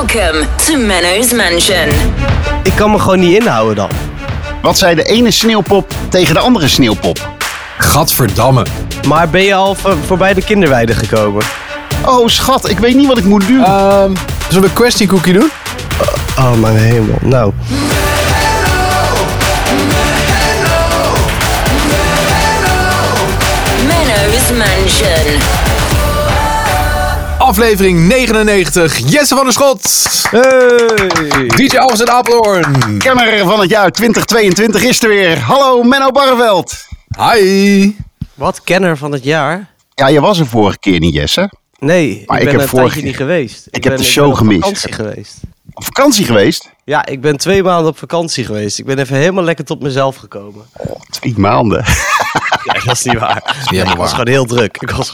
Welcome to Menno's Mansion. Ik kan me gewoon niet inhouden dan. Wat zei de ene sneeuwpop tegen de andere sneeuwpop? Gadverdamme. Maar ben je al voorbij de kinderweide gekomen? Oh schat, ik weet niet wat ik moet doen. Zullen we een question cookie doen? Oh mijn hemel, nou. Menno's Mansion. Aflevering 99. Jesse van der Schot. Hey. DJ Alves uit Apeldoorn. Kenner van het jaar 2022 is er weer. Hallo Menno Barreveld. Hi. Wat kenner van het jaar? Ja, je was er vorige keer niet, Jesse. Nee, Maar ik ik ben heb een tijdje niet geweest. Ik heb de ben show op gemist. vakantie geweest. Op vakantie geweest? Ja, ik ben 2 maanden op vakantie geweest. Ik ben even helemaal lekker tot mezelf gekomen. 2 maanden. Ja, dat is niet waar. helemaal Ik was gewoon heel druk.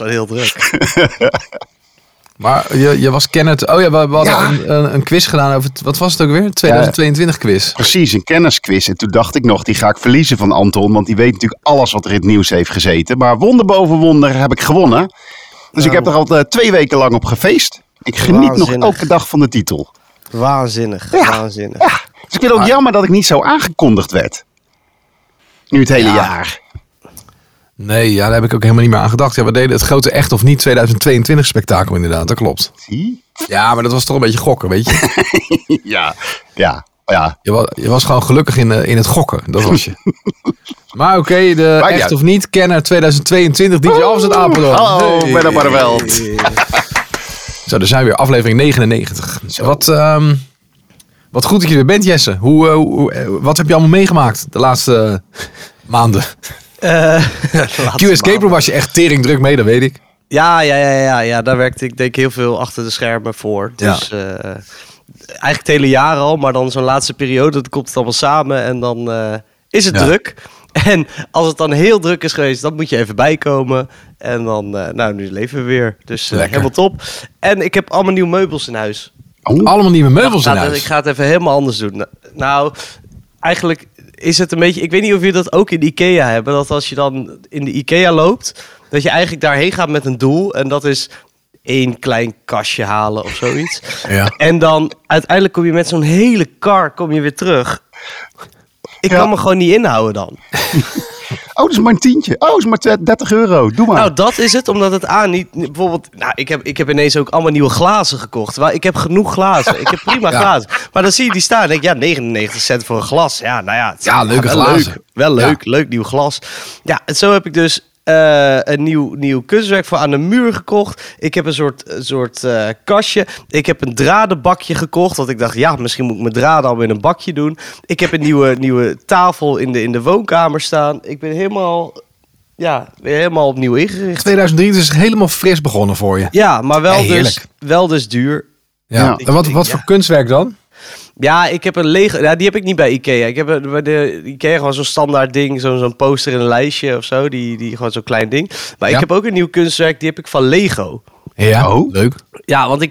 Maar je was kenner. Oh ja, we hadden een quiz gedaan over. Wat was het ook weer? 2022 quiz. Precies, een kennisquiz. En toen dacht ik nog, die ga ik verliezen van Anton. Want die weet natuurlijk alles wat er in het nieuws heeft gezeten. Maar wonder boven wonder heb ik gewonnen. Dus ik heb er al 2 weken lang op gefeest. Ik geniet nog Waanzinnig. elke dag van de titel. Waanzinnig. Ja. Waanzinnig. Ja, dus ik vind het ook jammer dat ik niet zo aangekondigd werd. Nu het hele jaar. Nee, ja, daar heb ik ook helemaal niet meer aan gedacht. Ja, we deden het grote Echt of Niet 2022 spektakel inderdaad. Dat klopt. Zie? Ja, maar dat was toch een beetje gokken, weet je. Ja. Je was gewoon gelukkig in het gokken. Dat was je. Maar oké, de Maakt niet Echt uit. of Niet kenner 2022. DJ Alves uit Apeldoorn. Hallo, Hey. Menno Barreveld. Zo, er zijn we weer. Aflevering 99. Wat goed dat je er bent, Jesse. Wat heb je allemaal meegemaakt de laatste maanden? Q Escape Room was je echt tering druk mee, dat weet ik. Ja, daar werkte ik denk ik heel veel achter de schermen voor. Dus eigenlijk het hele jaar al, maar dan zo'n laatste periode, dan komt het allemaal samen en dan is het druk. En als het dan heel druk is geweest, dan moet je even bijkomen. En dan, nu leven we weer. Dus helemaal top. En ik heb allemaal nieuwe meubels in huis. Allemaal nieuwe meubels in huis. Ik ga het even helemaal anders doen. Nou, eigenlijk is het een beetje... Ik weet niet of jullie dat ook in de IKEA hebben. Dat als je dan in de IKEA loopt, dat je eigenlijk daarheen gaat met een doel. En dat is 1 klein kastje halen of zoiets. Ja. En dan uiteindelijk kom je met zo'n hele kar weer terug. Ik kan me gewoon niet inhouden dan. Oh, dat is maar een tientje. Oh, dat is maar 30 euro. Doe maar. Nou, dat is het, omdat het niet... Bijvoorbeeld, ik heb ineens ook allemaal nieuwe glazen gekocht. Terwijl ik heb genoeg glazen. Ik heb prima glazen. Maar dan zie je die staan en denk ik, 99 cent voor een glas. Ja, nou ja. Ja, leuke wel glazen. Wel leuk, leuk nieuw glas. Ja, en zo heb ik dus een nieuw kunstwerk voor aan de muur gekocht. Ik heb een soort kastje. Ik heb een dradenbakje gekocht. Want ik dacht, misschien moet ik mijn draden al in een bakje doen. Ik heb een nieuwe tafel in de woonkamer staan. Ik ben weer helemaal opnieuw ingericht. 2003 is helemaal fris begonnen voor je. Ja, maar wel dus duur. Ja. En wat voor kunstwerk dan? Ja, ik heb een Lego. Ja, die heb ik niet bij Ikea. Ik heb bij de Ikea gewoon zo'n standaard ding, zo'n poster in een lijstje of zo. Die gewoon zo'n klein ding. Maar ik heb ook een nieuw kunstwerk. Die heb ik van Lego. Ja, leuk. Ja, want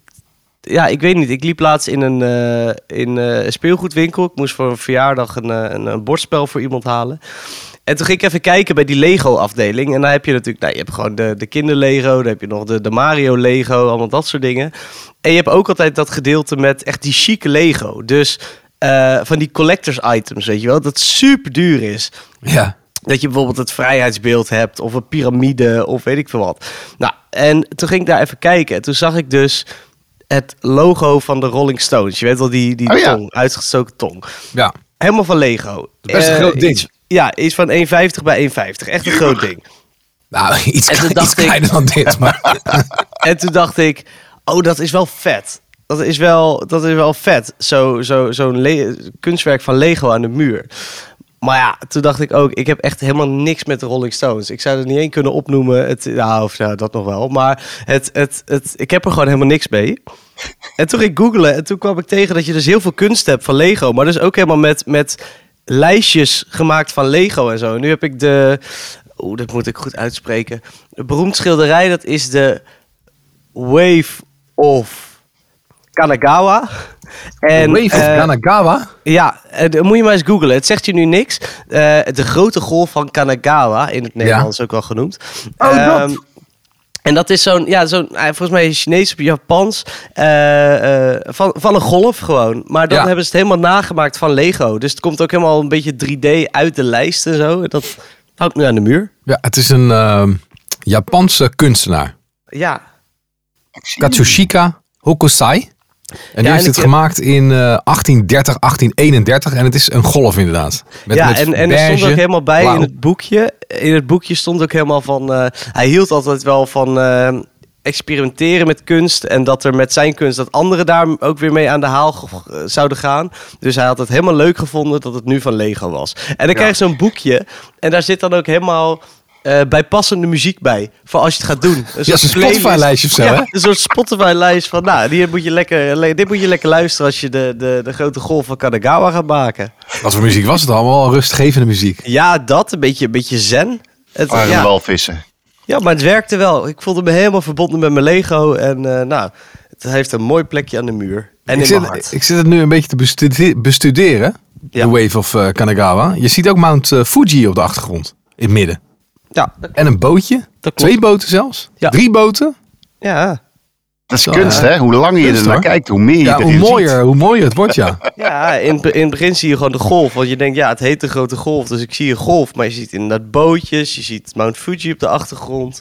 ik weet niet. Ik liep laatst in een speelgoedwinkel. Ik moest voor een verjaardag een bordspel voor iemand halen. En toen ging ik even kijken bij die Lego-afdeling. En dan heb je natuurlijk... je hebt gewoon de kinder-Lego. Dan heb je nog de Mario-Lego. Allemaal dat soort dingen. En je hebt ook altijd dat gedeelte met echt die chique Lego. Dus van die collectors items, weet je wel. Dat super duur is. Ja. Dat je bijvoorbeeld het vrijheidsbeeld hebt. Of een piramide. Of weet ik veel wat. Nou, en toen ging ik daar even kijken. En toen zag ik dus het logo van de Rolling Stones. Je weet wel, die tong. Uitgestoken tong. Ja. Helemaal van Lego. Best een groot ding. Iets van 1,50 bij 1,50. Echt een groot ding. Nou, iets kleiner dan dit, maar... En toen dacht ik, dat is wel vet. Dat is wel vet. Zo'n kunstwerk van Lego aan de muur. Maar ja, toen dacht ik ook, ik heb echt helemaal niks met de Rolling Stones. Ik zou er niet één kunnen opnoemen. Dat nog wel. Maar ik heb er gewoon helemaal niks mee. En toen ging ik googlen en toen kwam ik tegen dat je dus heel veel kunst hebt van Lego. Maar dus ook helemaal met lijstjes gemaakt van Lego en zo. En nu heb ik dat moet ik goed uitspreken. De beroemd schilderij, dat is de Wave of Kanagawa. Wave of Kanagawa? Ja, dan moet je maar eens googlen. Het zegt je nu niks. De grote golf van Kanagawa, in het Nederlands ook wel genoemd. En dat is volgens mij Chinees of Japans, van een golf gewoon. Maar dan hebben ze het helemaal nagemaakt van Lego. Dus het komt ook helemaal een beetje 3D uit de lijst en zo. En dat hangt nu aan de muur. Ja, het is een Japanse kunstenaar. Ja. Katsushika Hokusai. En die heeft het gemaakt in 1830, 1831. En het is een golf inderdaad. En er stond ook helemaal bij in het boekje. In het boekje stond ook helemaal van... hij hield altijd wel van experimenteren met kunst. En dat er met zijn kunst dat anderen daar ook weer mee aan de haal zouden gaan. Dus hij had het helemaal leuk gevonden dat het nu van Lego was. En dan krijg je zo'n boekje. En daar zit dan ook helemaal... bijpassende muziek bij. Voor als je het gaat doen. Een Spotify-lijstje of zo, hè? Een soort Spotify-lijst van... dit moet je lekker luisteren als je de grote golf van Kanagawa gaat maken. Wat voor muziek was het allemaal? Rustgevende muziek. Ja, dat. Een beetje zen. Walvissen. Ja, maar het werkte wel. Ik voelde me helemaal verbonden met mijn Lego. En het heeft een mooi plekje aan de muur. En in mijn hart. Ik zit het nu een beetje te bestuderen. Ja. The Wave of Kanagawa. Je ziet ook Mount Fuji op de achtergrond. In het midden. Ja, en een bootje. 2 boten zelfs. Ja. 3 boten. Ja. Dat is kunst, hè? Hoe langer je er naar kijkt, hoe meer je erin ziet. Hoe mooier het wordt, ja. Ja, in het begin zie je gewoon de golf. Want je denkt, het heet de grote golf. Dus ik zie een golf. Maar je ziet inderdaad bootjes. Je ziet Mount Fuji op de achtergrond.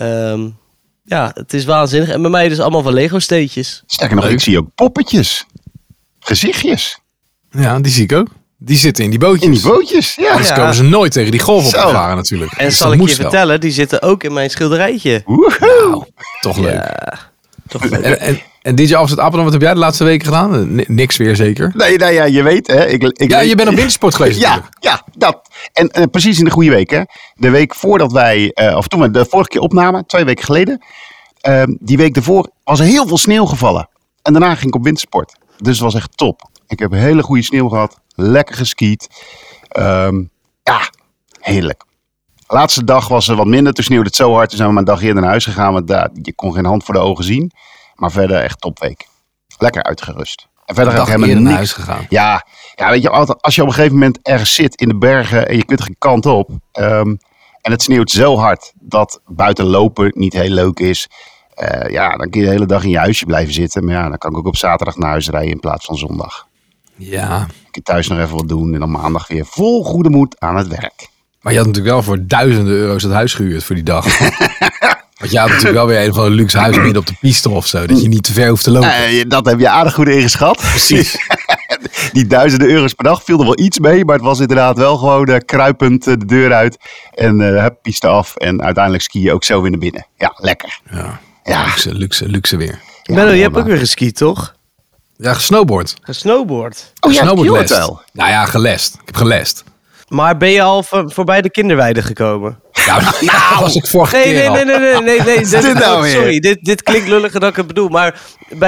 Het is waanzinnig. En bij mij dus allemaal van Lego-steetjes. Sterker nog, ik zie ook poppetjes. Gezichtjes. Ja, die zie ik ook. Die zitten in die bootjes. In die bootjes, ja. Anders komen ze nooit tegen die golf op te varen natuurlijk. En dus zal ik je vertellen, die zitten ook in mijn schilderijtje. Nou, toch leuk. Ja, toch leuk. En DJ Afzet Appeldoorn, wat heb jij de laatste weken gedaan? Niks weer zeker? Nee, je weet hè. Je bent op wintersport geweest natuurlijk. Ja, dat. En precies in de goede week hè. De week voordat wij, toen we de vorige keer opnamen, 2 weken geleden. Die week daarvoor was er heel veel sneeuw gevallen. En daarna ging ik op wintersport. Dus het was echt top. Ik heb een hele goede sneeuw gehad. Lekker geskiet. Heerlijk. Laatste dag was er wat minder. Toen sneeuwde het zo hard. Toen zijn we maar een dag eerder naar huis gegaan. Want je kon geen hand voor de ogen zien. Maar verder echt topweek. Lekker uitgerust. En verder ga ik helemaal naar huis gegaan. Ja, weet je, als je op een gegeven moment ergens zit in de bergen. En je kunt er geen kant op. En het sneeuwt zo hard. Dat buiten lopen niet heel leuk is. Dan kun je de hele dag in je huisje blijven zitten. Maar dan kan ik ook op zaterdag naar huis rijden in plaats van zondag. Ja. Ik kan thuis nog even wat doen en dan maandag weer vol goede moed aan het werk. Maar je had natuurlijk wel voor duizenden euro's het huis gehuurd voor die dag. Want je had natuurlijk wel weer een van een luxe huis midden op de piste of zo. Dat je niet te ver hoeft te lopen. Dat heb je aardig goed ingeschat. Precies. Die duizenden euro's per dag viel er wel iets mee. Maar het was inderdaad wel gewoon kruipend de deur uit. En piste af. En uiteindelijk ski je ook zo weer naar binnen. Ja, lekker. Ja. Luxe weer. Benno, je hebt ook weer geskiet, toch? Ja, gesnowboard. Gesnowboard? Oh ja, snowboardles. Nou ja, gelest. Ik heb gelest. Maar ben je al voorbij de kinderweide gekomen? Nou, was ik vorige keer al. Nee. Sorry, dit klinkt lulliger dan ik het bedoel. Maar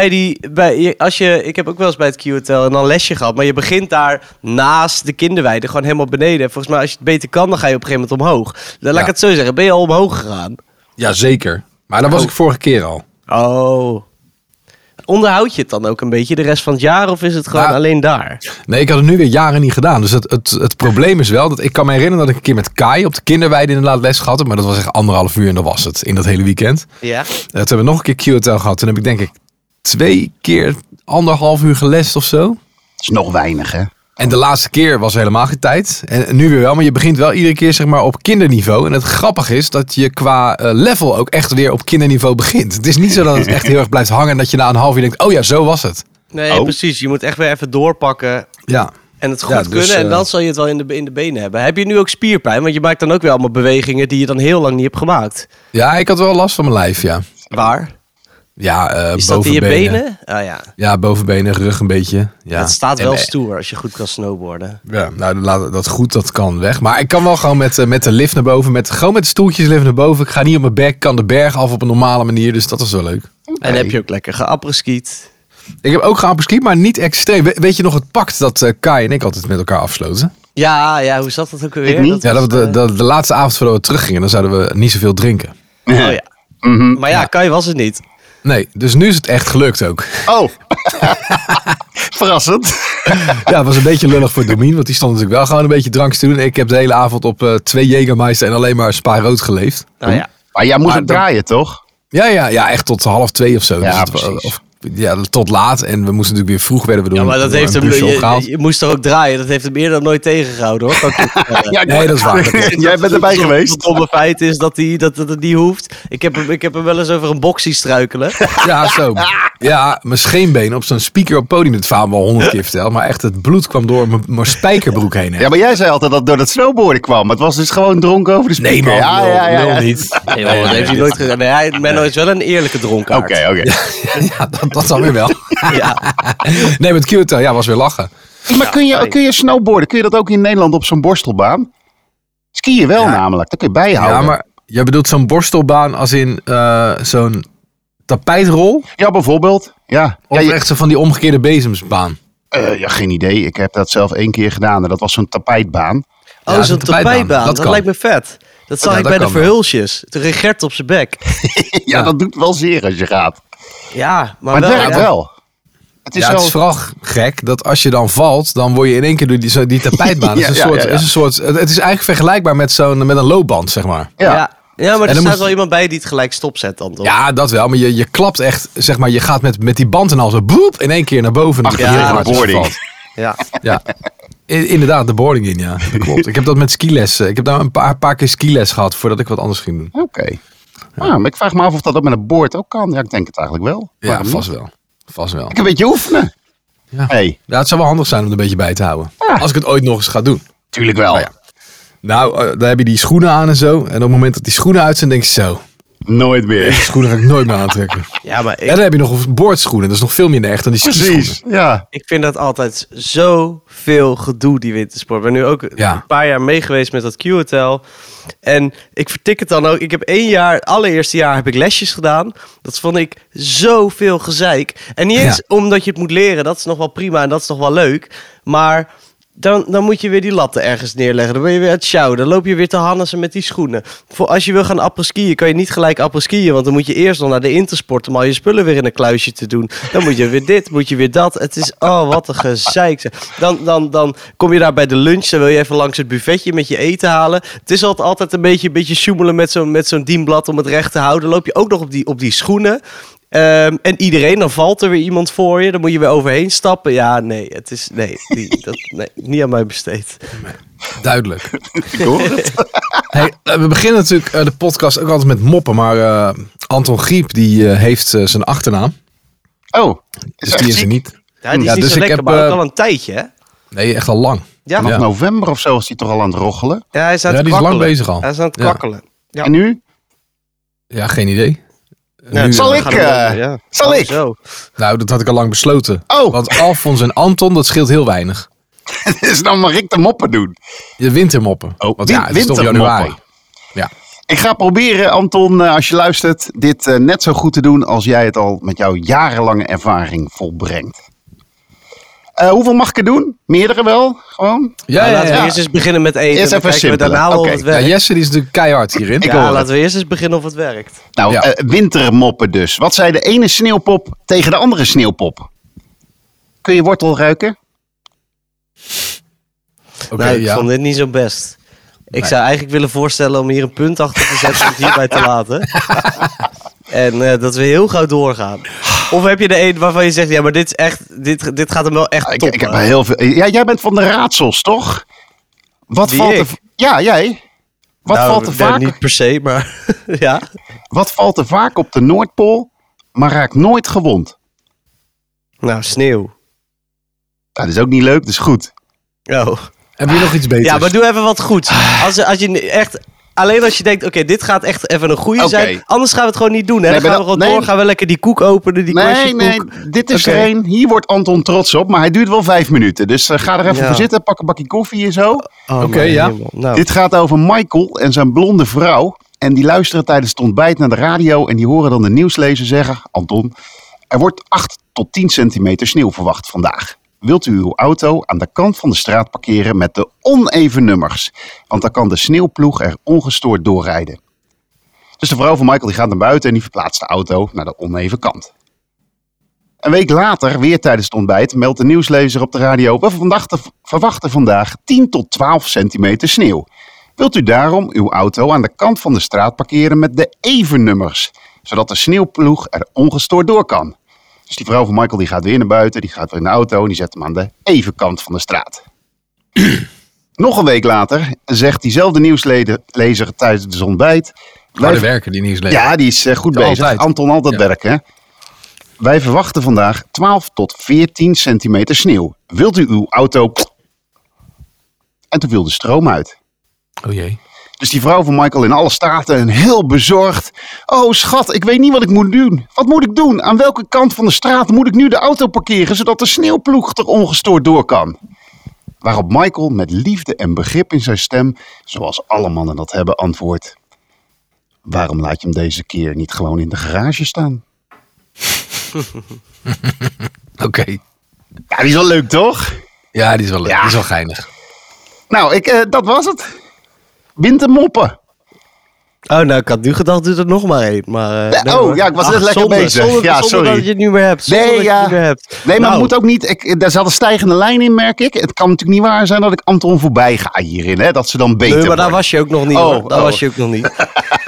ik heb ook wel eens bij het Q-hotel en dan lesje gehad. Maar je begint daar naast de kinderweide, gewoon helemaal beneden. En volgens mij als je het beter kan, dan ga je op een gegeven moment omhoog. Dan laat ik het zo zeggen. Ben je al omhoog gegaan? Ja, zeker. Maar dat was ik vorige keer al. Oh. Onderhoud je het dan ook een beetje de rest van het jaar of is het gewoon alleen daar? Nee, ik had het nu weer jaren niet gedaan. Dus het probleem is wel dat ik kan me herinneren dat ik een keer met Kai op de kinderweide inderdaad les gehad heb. Maar dat was echt 1,5 uur en dat was het in dat hele weekend. Ja. Toen hebben we nog een keer Q-hotel gehad. Toen heb ik denk ik 2 keer 1,5 uur gelest of zo. Dat is nog weinig hè. En de laatste keer was helemaal geen tijd. En nu weer wel, maar je begint wel iedere keer zeg maar op kinderniveau. En het grappige is dat je qua level ook echt weer op kinderniveau begint. Het is niet zo dat het echt heel erg blijft hangen en dat je na een half uur denkt, oh ja, zo was het. Nee, precies. Je moet echt weer even doorpakken. Ja. En het goed kunnen en dan zal je het wel in de benen hebben. Heb je nu ook spierpijn? Want je maakt dan ook weer allemaal bewegingen die je dan heel lang niet hebt gemaakt. Ja, ik had wel last van mijn lijf, ja. Waar? Ja, is dat in je benen? Ah, ja. Ja, bovenbenen, rug een beetje. Ja. Het staat wel stoer als je goed kan snowboarden. Ja, nou, dat kan weg. Maar ik kan wel gewoon met de lift naar boven, gewoon met de stoeltjes lift naar boven. Ik ga niet op mijn bek, kan de berg af op een normale manier, dus dat is wel leuk. En heb je ook lekker geappreskiet? Ik heb ook geappreskiet, maar niet extreem. Weet je nog het pact dat Kai en ik altijd met elkaar afsloten? Ja, hoe zat dat ook weer? De laatste avond voordat we teruggingen, dan zouden we niet zoveel drinken. Oh ja. Mm-hmm. Maar Kai was het niet. Nee, dus nu is het echt gelukt ook. Oh, verrassend. Ja, het was een beetje lullig voor Domien, want die stond natuurlijk wel gewoon een beetje drankjes te doen. Ik heb de hele avond op 2 Jägermeister en alleen maar Spa rood geleefd. Oh, ja. Maar jij moest ook draaien, toch? Ja, echt tot 1:30 of zo. Ja, Dus precies. Tot laat. En we moesten natuurlijk weer vroeg werden we door. Ja, maar dat heeft hem... Je moest er ook draaien. Dat heeft hem eerder nooit tegengehouden, hoor. Kan ik je vertellen. Ja, Nee, dat is waar. Jij bent erbij geweest. Het domme feit is dat het niet hoeft. Ik heb hem wel eens over een box zien struikelen. Ja, zo. Ja, mijn scheenbeen op zo'n speaker op podium. Het verhaal wel 100 keer verteld. Maar echt, het bloed kwam door mijn spijkerbroek heen. Hè. Ja, maar jij zei altijd dat het door dat snowboarden kwam. Maar het was dus gewoon dronken over de speaker. Nee, man. Ja. Niet. Nee, man, dat heeft hij nooit gedaan. Nee, Menno is wel een eerlijke dronkaard. Oké. Ja, dat dan weer wel. Ja. Nee, met Q-Hotel, was weer lachen. Maar kun je snowboarden? Kun je dat ook in Nederland op zo'n borstelbaan? Skiën wel namelijk. Dat kun je bijhouden. Ja, maar jij bedoelt zo'n borstelbaan als in zo'n tapijtrol? Ja, bijvoorbeeld. Ja. Of Ja, echt zo van die omgekeerde bezemsbaan? geen idee. Ik heb dat zelf 1 keer gedaan. En dat was zo'n tapijtbaan. Oh, Ja, zo'n zo'n tapijtbaan. tapijtbaan. Dat Dat kan. lijkt me vet. Dat zag Ja, ik dat bij de kan wel. Verhulsjes. Toen ging Gert op zijn bek. Ja, dat doet wel zeer als je gaat. Ja, Maar het werkt wel. Het is Ja, wel... het is vooral gek dat als je dan valt, dan word je in één keer door die tapijtbaan. Ja, Het is eigenlijk vergelijkbaar met met een loopband, zeg maar. Ja. Ja, maar er dan staat moet- wel iemand bij die het gelijk stopzet dan, toch? Ja, dat wel. Maar je klapt echt, zeg maar, je gaat met die band en al zo boep, in één keer naar boven. Achter je tegen de boarding. Ja. Ja, inderdaad, de boarding in, ja. Dat klopt. Ik heb dat met skiles. Ik heb daar een paar keer skiles gehad voordat ik wat anders ging doen. Oké. Maar ik vraag me af of dat ook met een boord ook kan. Ja, ik denk het eigenlijk wel. Ja, Waarom niet? vast wel. Vast wel. Ik een beetje oefenen. Ja. Hey, Ja, het zou wel handig zijn om er een beetje bij te houden. Ja. Als ik het ooit nog eens ga doen. tuurlijk wel. Nou ja. Nou, dan heb je die schoenen aan en zo. En op het moment dat die schoenen uit zijn, denk je zo. Nooit meer. Die schoenen ga ik nooit meer aantrekken. Ja, maar En dan heb je nog boordschoenen. Dat is nog veel minder echt dan die skischoenen. Precies. Ja. ik vind dat altijd zoveel gedoe, die wintersport. Ik ben nu ook een paar jaar mee geweest met dat Q-Hotel. En ik vertik het dan ook. Ik heb 1 jaar, allereerste jaar heb ik lesjes gedaan. Dat vond ik zoveel gezeik. En niet eens omdat je het moet leren. Dat is nog wel prima en dat is nog wel leuk. Maar dan moet je weer die latten ergens neerleggen. Dan ben je weer aan het sjouwen. Dan loop je weer te hannessen met die schoenen. Als je wil gaan apres-skiën, kan je niet gelijk apres-skiën. Want dan moet je eerst nog naar de Intersport om al je spullen weer in een kluisje te doen. Dan moet je weer dit, moet je weer dat. Het is, wat een gezeik. Dan kom je daar bij de lunch. Dan wil je even langs het buffetje met je eten halen. Het is altijd een beetje sjoemelen met zo'n dienblad om het recht te houden. Dan loop je ook nog op die schoenen. En iedereen, dan valt er weer iemand voor je. Dan moet je weer overheen stappen. Ja, nee, het is... Nee, niet aan mij besteed. Duidelijk. Ik hoor het. Hey, we beginnen natuurlijk de podcast ook altijd met moppen. Maar Anton Griep, die heeft zijn achternaam. Oh. Dus die is er niet. Ja, die is Ja, niet dus zo ik lekker, heb, maar ook al een tijdje, hè? Nee, echt al lang. Ja, Vanaf Ja. november of zo is hij toch al aan het roggelen. ja hij is aan Ja, het die is lang kwakkelen. bezig al. Hij is aan het Ja. kwakkelen. Ja. En nu? Ja, geen idee. Ja, Nu, zal we ik, gaan hem wel- ja. zal ik? Zo. Nou, dat had ik al lang besloten. Oh. Want Alfons en Anton, dat scheelt heel weinig. Dus dan mag ik de moppen doen. De wintermoppen. Oh, Want ja, het is toch wintermoppen. januari. Ja. Ik ga proberen, Anton, als je luistert, dit net zo goed te doen als jij het al met jouw jarenlange ervaring volbrengt. Hoeveel mag ik er doen? Meerdere wel? Gewoon? Ja, laten we eerst eens beginnen met eten. Eerst Dan even kijken we simpelen. daarna wel Oké. of het Ja, werkt. Jesse die is natuurlijk keihard hierin. Ik hoor Ja, het. laten we eerst eens beginnen of het werkt. Nou, Ja. wintermoppen dus. Wat zei de ene sneeuwpop tegen de andere sneeuwpop? Kun je wortel ruiken? Oké, Nou, ik ja. vond dit niet zo best. Ik zou eigenlijk willen voorstellen om hier een punt achter te zetten en het hierbij te laten. En dat we heel gauw doorgaan. Of heb je de een waarvan je zegt, ja, maar dit is echt, dit gaat hem wel echt Ik toppen. heb er heel veel. Ja, jij bent van de raadsels, toch? Wat Wie, valt er? ik? Ja, jij. Wat Nou, valt er ja, vaak? niet per se, maar ja. Wat valt er vaak op de Noordpool, maar raakt nooit gewond? Nou, sneeuw. Nou, dat is ook niet leuk, dat is goed. Oh. Heb je nog iets beters? Ja, maar doe even wat goeds. Als je echt... Alleen als je denkt, oké, dit gaat echt even een goeie Oké. zijn. Anders gaan we het gewoon niet doen. Hè? Nee, Dan maar gaan we gewoon door. Gaan we lekker die koek openen, die Nee, crushy nee, koek. dit is Oké. er één. Hier wordt Anton trots op, maar hij duurt wel 5 minuten. Dus ga er even Ja. voor zitten, pak een bakje koffie en zo. Oh, Oké, mijn ja. hemel. Nou, Dit gaat over Michael en zijn blonde vrouw. En die luisteren tijdens het ontbijt naar de radio en die horen dan de nieuwslezer zeggen... Anton, er wordt 8 tot 10 centimeter sneeuw verwacht vandaag. Wilt u uw auto aan de kant van de straat parkeren met de oneven nummers? Want dan kan de sneeuwploeg er ongestoord doorrijden. Dus de vrouw van Michael die gaat naar buiten en die verplaatst de auto naar de oneven kant. Een week later, weer tijdens het ontbijt, meldt de nieuwslezer op de radio... We verwachten vandaag 10 tot 12 centimeter sneeuw. Wilt u daarom uw auto aan de kant van de straat parkeren met de even nummers? zodat de sneeuwploeg er ongestoord door kan. Dus die vrouw van Michael die gaat weer naar buiten, die gaat weer in de auto en die zet hem aan de evenkant van de straat. Nog een week later zegt diezelfde nieuwslezer tijdens de ontbijt... Harde werken, die nieuwslezer. Ja, die is goed bezig. Altijd. Anton altijd werken, hè? Wij verwachten vandaag 12 tot 14 centimeter sneeuw. Wilt u uw auto... En toen viel de stroom uit. Oh jee. Dus die vrouw van Michael in alle staten en heel bezorgd. Oh schat, ik weet niet wat ik moet doen. Wat moet ik doen? Aan welke kant van de straat moet ik nu de auto parkeren... zodat de sneeuwploeg er ongestoord door kan? Waarop Michael met liefde en begrip in zijn stem... zoals alle mannen dat hebben, antwoordt... Waarom laat je hem deze keer niet gewoon in de garage staan? Oké. Ja, die is wel leuk, toch? Ja, die is wel leuk. Die is wel geinig. Nou, dat was het. Wintermoppen. Oh, nou, ik had nu gedacht, doe er nog maar één. Maar, ik was net lekker bezig. Zonder dat je het niet meer hebt. Nee, maar het moet ook niet... Daar zat een stijgende lijn in, merk ik. Het kan natuurlijk niet waar zijn dat ik Anton voorbij ga hierin. Hè? Dat ze dan beter maar daar was je ook nog niet. Was je ook nog niet.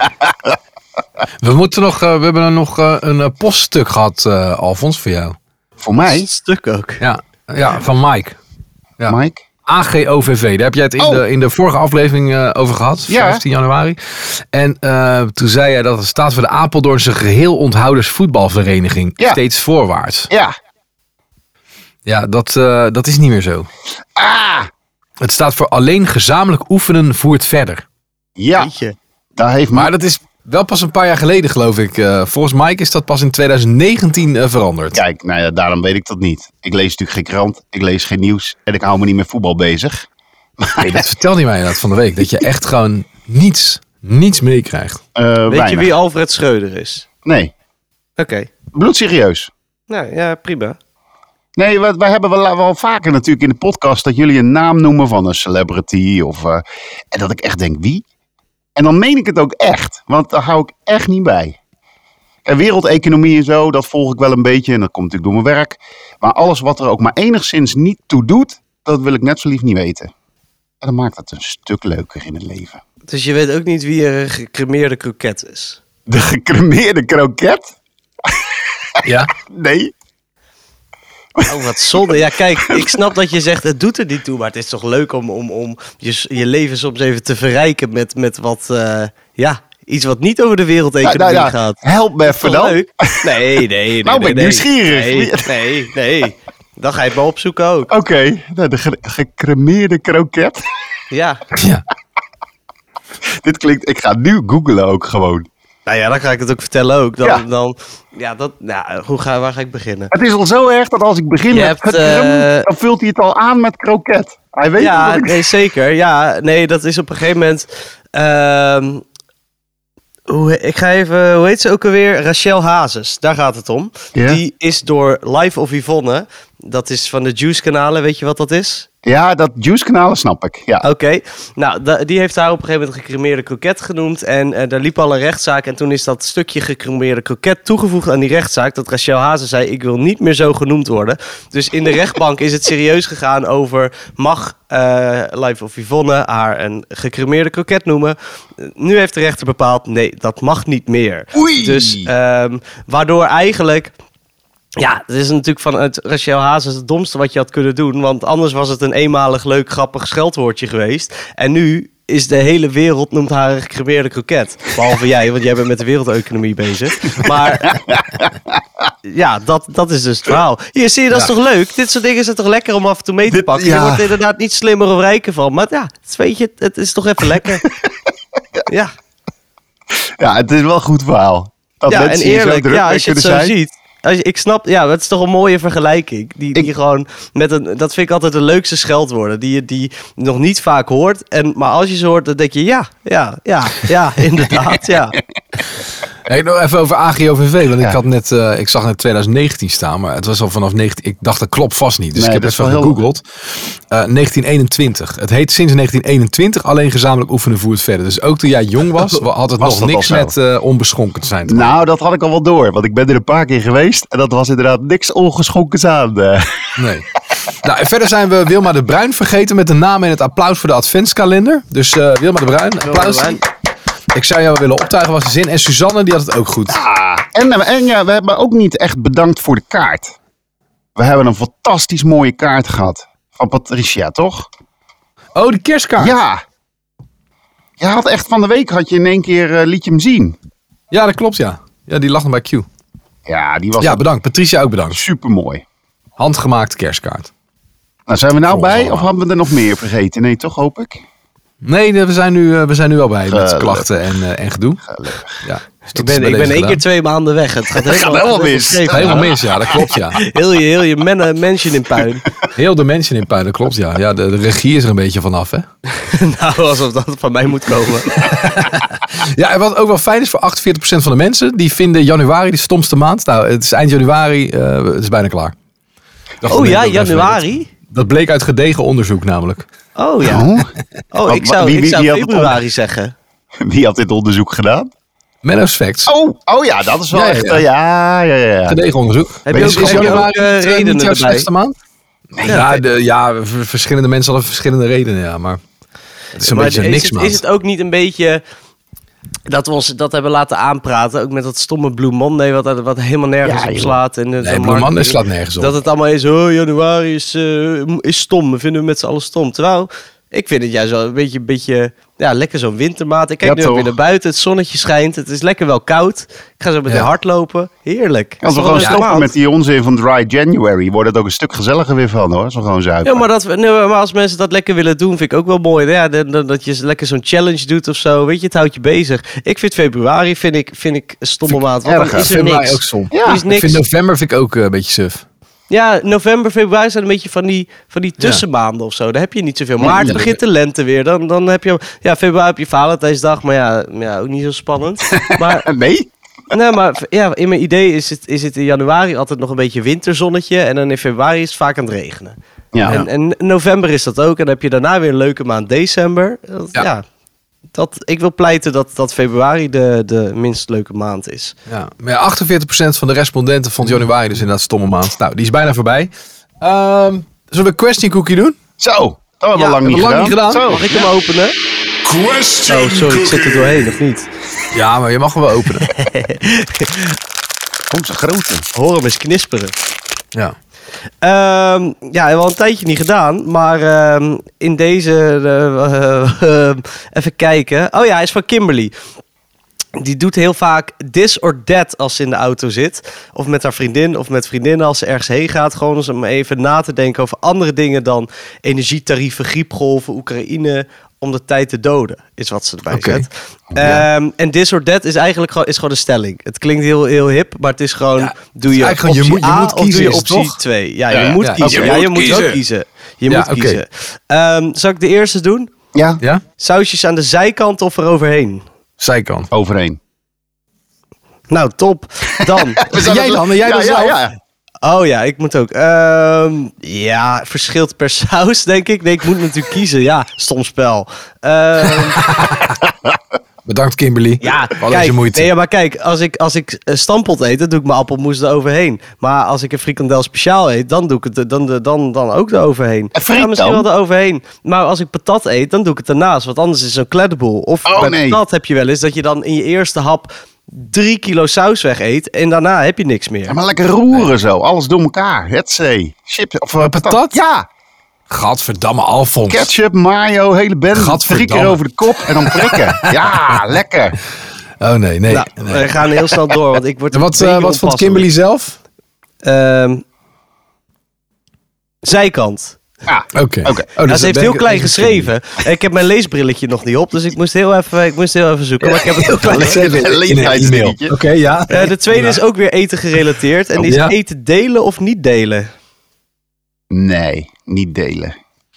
We hebben er nog een poststuk gehad, Alfons, voor jou. Voor mij? Een stuk ook. Ja, van Mike. Ja. Mike? AGOVV, daar heb jij het in de vorige aflevering over gehad, 15 januari. En toen zei jij dat het staat voor de Apeldoornse Geheel-Onthouders Voetbalvereniging. Ja. Steeds voorwaarts. Ja. Ja, dat is niet meer zo. Het staat voor alleen gezamenlijk oefenen voert verder. Ja, daar heeft maar dat is wel pas een paar jaar geleden, geloof ik. Volgens Mike is dat pas in 2019 veranderd. Kijk, nou ja, daarom weet ik dat niet. Ik lees natuurlijk geen krant, ik lees geen nieuws en ik hou me niet met voetbal bezig. Nee, dat vertelde hij mij inderdaad van de week. Dat je echt gewoon niets meekrijgt. Weet je wie Alfred Schreuder is? Nee. Oké. Bloedserieus. Nou ja, prima. Nee, wij hebben wel vaker natuurlijk in de podcast dat jullie een naam noemen van een celebrity. En dat ik echt denk, wie? En dan meen ik het ook echt, want daar hou ik echt niet bij. En wereldeconomie en zo, dat volg ik wel een beetje en dat komt natuurlijk door mijn werk. Maar alles wat er ook maar enigszins niet toe doet, dat wil ik net zo lief niet weten. En dan maakt het een stuk leuker in het leven. Dus je weet ook niet wie er een gecremeerde kroket is? De gecremeerde kroket? Ja? Nee. Oh, wat zonde. Ja, kijk, ik snap dat je zegt, het doet er niet toe. Maar het is toch leuk om je leven soms even te verrijken met wat, iets wat niet over de wereldeconomie gaat. Help me even dan. Leuk? Nee. Nou ben ik nieuwsgierig. Nee. Dan ga je het maar opzoeken ook. Oké, de gecremeerde kroket. Ja. Dit klinkt, ik ga nu googlen ook gewoon. Nou ja, dan ga ik het ook vertellen ook. Waar ga ik beginnen? Het is al zo erg dat als ik begin dan vult hij het al aan met kroket. Hij weet het. Nee, zeker. Ja, nee, dat is op een gegeven moment... hoe heet ze ook alweer? Rachel Hazes, daar gaat het om. Ja. Die is door Life of Yvonne, dat is van de Juice-kanalen, weet je wat dat is? Ja, dat Juice-kanalen snap ik, ja. Oké, nou, die heeft haar op een gegeven moment gecremeerde kroket genoemd. En daar liep al een rechtszaak. En toen is dat stukje gecremeerde kroket toegevoegd aan die rechtszaak. Dat Rachel Hazes zei, ik wil niet meer zo genoemd worden. Dus in de rechtbank is het serieus gegaan over... mag Life of Yvonne haar een gecremeerde kroket noemen? Nu heeft de rechter bepaald, nee, dat mag niet meer. Oei! Dus waardoor eigenlijk... Ja, het is natuurlijk vanuit Rachel Hazes het domste wat je had kunnen doen. Want anders was het een eenmalig leuk, grappig scheldwoordje geweest. En nu is de hele wereld noemt haar een gecremeerde kroket. Behalve jij, want jij bent met de wereldeconomie bezig. Maar ja, dat is dus het verhaal. Hier, zie je, dat is toch leuk? Dit soort dingen zijn toch lekker om af en toe mee te pakken? Je wordt er inderdaad niet slimmer of rijker van. Maar ja, weet je, het is toch even lekker. Ja. Ja, het is wel een goed verhaal. Dat ja, en eerlijk, als je het zo zijn. ziet. Ik snap, ja, het is toch een mooie vergelijking. Die gewoon dat vind ik altijd de leukste scheldwoorden. Die nog niet vaak hoort. Maar als je ze hoort, dan denk je ja, inderdaad, ja. Hey, nog even over AGOVV, want ik zag net 2019 staan, maar het was al vanaf 19. Ik dacht dat klopt vast niet, dus ik heb even gegoogeld. 1921. Het heet sinds 1921 alleen gezamenlijk oefenen voert verder. Dus ook toen jij jong was, had het nog niks met onbeschonken te zijn. Nou, dat had ik al wel door, want ik ben er een paar keer geweest en dat was inderdaad niks ongeschonkens aan. Nee. Nou, verder zijn we Wilma de Bruin vergeten met de naam en het applaus voor de adventskalender. Dus Wilma de Bruin, applaus. Ik zou jou willen optuigen, was de zin. En Suzanne, die had het ook goed. En ja, we hebben ook niet echt bedankt voor de kaart. We hebben een fantastisch mooie kaart gehad. Van Patricia, toch? Oh, die kerstkaart. Ja. Je had echt van de week in één keer liet je hem zien. Ja, dat klopt, ja. Ja, die lag nog bij Q. Ja, die was Ja, bedankt. Patricia ook bedankt. supermooi. Handgemaakte kerstkaart. Nou, zijn we nou bij of hebben we er nog meer vergeten? Nee, toch, hoop ik? Nee, we zijn nu wel bij met klachten en gedoe. Ja, dus Ik ben 1 keer 2 maanden weg. Het gaat helemaal mis. helemaal mis, ja, dat klopt, ja. Heel je mansion in puin. Heel de mensen in puin, dat klopt, ja. Ja, de regie is er een beetje vanaf, hè. Nou, alsof dat van mij moet komen. Ja, en wat ook wel fijn is voor 48% van de mensen, die vinden januari de stomste maand. Nou, het is eind januari, het is bijna klaar. Oh ja, januari? Dat bleek uit gedegen onderzoek namelijk. Oh ja. Oh, ik zou februari zeggen. Wie had dit onderzoek gedaan? Menno's Facts. Oh ja, dat is wel echt... Ja. Gedegen onderzoek. Heb je ook redenen niet jouw erbij? slechtste maand? Nee, verschillende mensen hadden verschillende redenen, ja. Maar het is een beetje niks, man. Is het ook niet een beetje... Dat we ons dat hebben laten aanpraten, ook met dat stomme Blue Monday, wat helemaal nergens op slaat. En nee, Blue Monday slaat nergens op. Dat het allemaal is, januari is stom, we vinden we met z'n allen stom. Terwijl, ik vind het juist wel een beetje lekker zo'n wintermaat. Ik kijk nu ook weer naar buiten, het zonnetje schijnt, het is lekker wel koud. Ik ga zo meteen hardlopen, heerlijk. Als we gewoon stoppen met die onzin van Dry January, wordt het ook een stuk gezelliger weer van, hoor. Zo gewoon zuipen. Ja, maar als mensen dat lekker willen doen, vind ik ook wel mooi. Ja, dat je lekker zo'n challenge doet of zo, weet je, het houdt je bezig. Ik vind februari vind ik een stomme maand, want dan is er niks. Ook som. Ja. Is niks. Ik vind november ook een beetje suf. Ja, november, februari zijn een beetje van die tussenmaanden of zo. Daar heb je niet zoveel. Maart begint de lente weer. Dan heb je... Ja, februari heb je Valentijnsdag. Maar ja, ook niet zo spannend. Maar, nee? Nee, maar ja, in mijn idee is het in januari altijd nog een beetje winterzonnetje. En dan in februari is het vaak aan het regenen. Ja. En november is dat ook. En dan heb je daarna weer een leuke maand december. Ik wil pleiten dat februari de minst leuke maand is. Ja, maar 48% van de respondenten vond januari dus inderdaad stomme maand. Nou, die is bijna voorbij. Zullen we een question cookie doen? Zo, dat hebben we lang niet gedaan. Zo, mag ik hem openen? Question sorry, ik zit er doorheen, of niet? Ja, maar je mag hem wel openen. Zo'n grote. Hoor hem eens knisperen. Ja. Wel een tijdje niet gedaan, maar in deze even kijken. Oh ja, hij is van Kimberly. Die doet heel vaak this or that als ze in de auto zit. Of met haar vriendin of met vriendinnen als ze ergens heen gaat. Gewoon eens om even na te denken over andere dingen dan energietarieven, griepgolven, Oekraïne. Om de tijd te doden, is wat ze erbij zet. En this or that is eigenlijk gewoon een stelling. Het klinkt heel hip, maar het is gewoon... doe je optie je A moet of kiezen, doe je optie 2? Ja, je moet kiezen. Okay. Je moet ook kiezen. Je moet kiezen. Zal ik de eerste doen? Ja. Sausjes aan de zijkant of eroverheen? Zijkant. Overheen. Nou, top. Dan. Jij dan? Jij dan zelf? Ja. Oh ja, ik moet ook. Het verschilt per saus, denk ik. Nee, ik moet natuurlijk kiezen. Ja, stom spel. Bedankt, Kimberly. Ja, wat is je moeite? Nee, maar kijk, als ik stampot eet, dan doe ik mijn appelmoes eroverheen. Maar als ik een frikandel speciaal eet, dan doe ik het dan ook eroverheen. Friet misschien wel eroverheen. Maar als ik patat eet, dan doe ik het ernaast. Want anders is het zo'n klettenboel. Of bij patat heb je wel eens dat je dan in je eerste hap 3 kilo saus weg eet en daarna heb je niks meer. Ja, maar lekker roeren zo. Alles door elkaar. Hetsee. Chips of patat? Ja. Gadverdamme, Alfons. Ketchup, mayo, hele bende. 3 keer over de kop en dan prikken. Ja, lekker. Oh nee. Nou, we gaan heel snel door, want ik word... Wat vond Kimberly zelf? Zijkant. Ja, oké. Dus ze heeft heel klein geschreven. Ik heb mijn leesbrilletje nog niet op, dus ik moest heel even zoeken. Maar ik heb het heel klein geschreven. Oké, ja. De tweede is ook weer eten gerelateerd. En die is eten delen of niet delen? Nee, niet delen.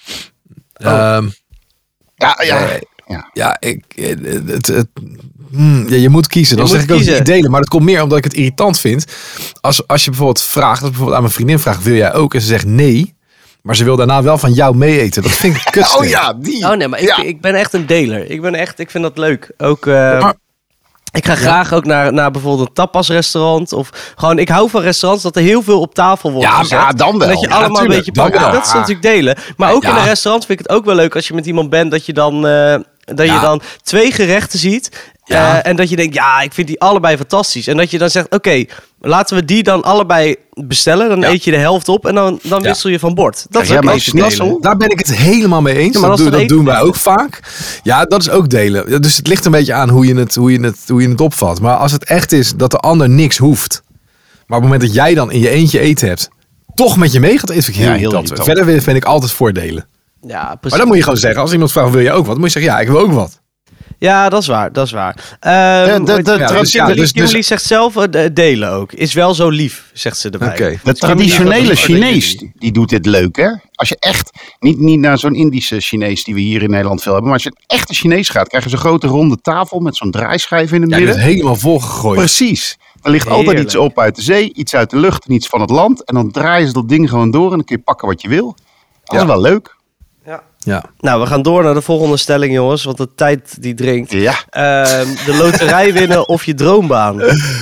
Je moet kiezen. Dan zeg ik ook niet delen. Maar dat komt meer omdat ik het irritant vind. Als je bijvoorbeeld vraagt, als ik bijvoorbeeld aan mijn vriendin vraag, wil jij ook? En ze zegt nee. Maar ze wil daarna wel van jou mee eten. Dat vind ik kut. Maar ik ben echt een deler. Ik vind dat leuk. Ook... Ik ga graag ook naar bijvoorbeeld een tapasrestaurant. Of gewoon, ik hou van restaurants dat er heel veel op tafel wordt gezet. Ja, dan wel. En dat je allemaal een beetje pakt. Dat is natuurlijk delen. Maar ook in een restaurant vind ik het ook wel leuk als je met iemand bent dat je dan 2 gerechten ziet. Ja. En dat je denkt, ja, ik vind die allebei fantastisch. En dat je dan zegt, oké, laten we die dan allebei bestellen. Dan eet je de helft op en dan wissel je van bord. Dat is ook maar eten delen. Daar ben ik het helemaal mee eens. Ja, maar Dat doen wij ook vaak. Ja, dat is ook delen. Dus het ligt een beetje aan hoe je het opvat. Maar als het echt is dat de ander niks hoeft. Maar op het moment dat jij dan in je eentje eten hebt, toch met je mee gaat eten, vind ik heel irritant. Verder ben ik altijd voordelen. Ja, precies. Maar dan moet je gewoon zeggen, als iemand vraagt, wil je ook wat? Dan moet je zeggen, ja, ik wil ook wat. Ja, dat is waar. Dat is waar. Kimberly zegt zelf, delen ook. Is wel zo lief, zegt ze erbij. Oké. De traditionele Chinees, die doet dit leuk, hè? Als je echt, niet naar zo'n Indische Chinees die we hier in Nederland veel hebben, maar als je een echte Chinees gaat, krijg je zo'n grote ronde tafel met zo'n draaischijf in het Ja, je midden. bent helemaal volgegooid. Precies. Er ligt altijd Heerlijk. iets op uit de zee, iets uit de lucht en iets van het land. En dan draaien ze dat ding gewoon door en dan kun je pakken wat je wil. Dat is wel leuk. Ja. Nou, we gaan door naar de volgende stelling, jongens. Want de tijd die dringt. Ja. De loterij winnen of je droombaan.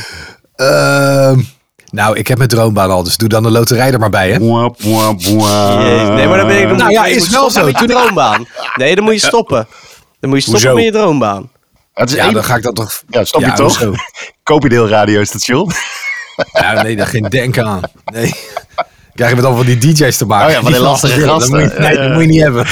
Nou, ik heb mijn droombaan al, dus doe dan de loterij er maar bij, hè? Mwah, mwah, mwah. Jezus. Nee, maar dan ben ik... Nou ja, je is moet wel stoppen zo. met je droombaan. Nee, dan moet je stoppen. Dan moet je stoppen Hoezo? met je droombaan. Het is Ja, één- dan ga ik dat toch... Ja, stop je Ja, toch? hoezo? Koop je deel radiostation. Ja, nee, daar geen denken aan. Nee. Krijgen we dan van die DJ's te maken. Oh ja, van die lastige dat gasten. moet je, nee, dat moet je niet hebben.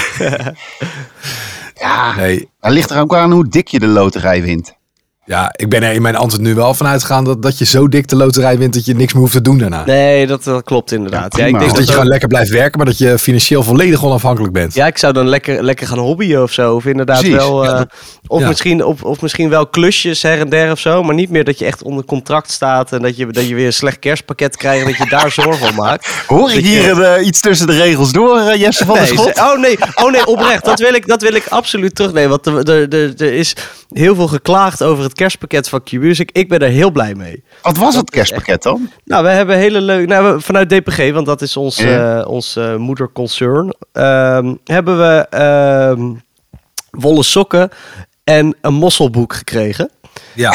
Ja, Nee. het ligt er ook aan hoe dik je de loterij wint. Ja, ik ben er in mijn antwoord nu wel van uitgegaan dat je zo dik de loterij wint dat je niks meer hoeft te doen daarna. Nee, dat klopt inderdaad. Ja, Ja, ik prima. denk Dus dat je ook- gewoon lekker blijft werken, maar dat je financieel volledig onafhankelijk bent. Ja, ik zou dan lekker gaan hobbyen of zo. Of inderdaad Precies. wel... Ja, of, ja. misschien wel klusjes her en der of zo. Maar niet meer dat je echt onder contract staat. En dat je weer een slecht kerstpakket krijgt. En dat je daar zorgen van maakt. Hoor ik Dat je- hier iets tussen de regels door, Jesse van der Nee, Schot? oh nee, oprecht. Dat wil ik absoluut terugnemen. Want er is heel veel geklaagd over het kerstpakket van Q-Music. Ik ben er heel blij mee. Wat was het kerstpakket dan? Nou, we hebben hele leuke... Nou, vanuit DPG, want dat is ons moederconcern... hebben we wollen sokken en een mosselboek gekregen. Ja.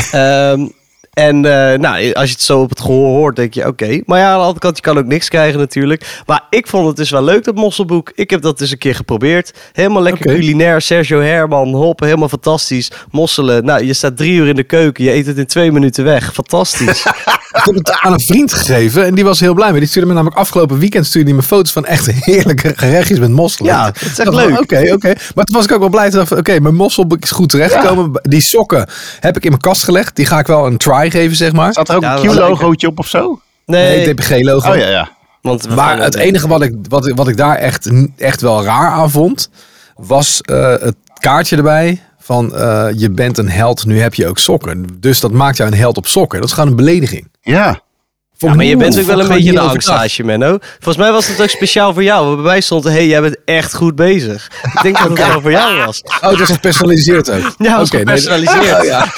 Nou, als je het zo op het gehoor hoort, denk je oké. Maar ja, aan de andere kant, je kan ook niks krijgen natuurlijk. Maar ik vond het dus wel leuk, dat mosselboek. Ik heb dat dus een keer geprobeerd. Helemaal lekker Oké. culinair. Sergio Herman, hop, helemaal fantastisch. Mosselen. Nou, je staat 3 uur in de keuken. Je eet het in 2 minuten weg. Fantastisch. Ik heb het aan een vriend gegeven en die was heel blij mee. Die stuurde me namelijk afgelopen weekend me foto's van echt heerlijke gerechtjes met mosselen. Ja, dat is echt Ik dacht leuk. van, Oké. Maar toen was ik ook wel blij. Toen dacht ik, oké, mijn mosselboek is goed terechtgekomen. Die sokken heb ik in mijn kast gelegd. Die ga ik wel een try geven, zeg maar. Zat er ook Ja, een dat was Q-logootje op of zo? Nee, DPG-logo. Oh ja. Want we Maar gaan het enige wat ik daar echt wel raar aan vond, was het kaartje erbij van je bent een held, nu heb je ook sokken. Dus dat maakt jou een held op sokken. Dat is gewoon een belediging. Ja. Ja, maar je bent ook wel een beetje een angst. angststage, Menno. Volgens mij was het ook speciaal voor jou. Bij mij stond, hey, jij bent echt goed bezig. Ik denk dat het wel voor jou was. Oh, dat is gepersonaliseerd ook. Ja, dat is Oké, nee, gepersonaliseerd. oh, ja.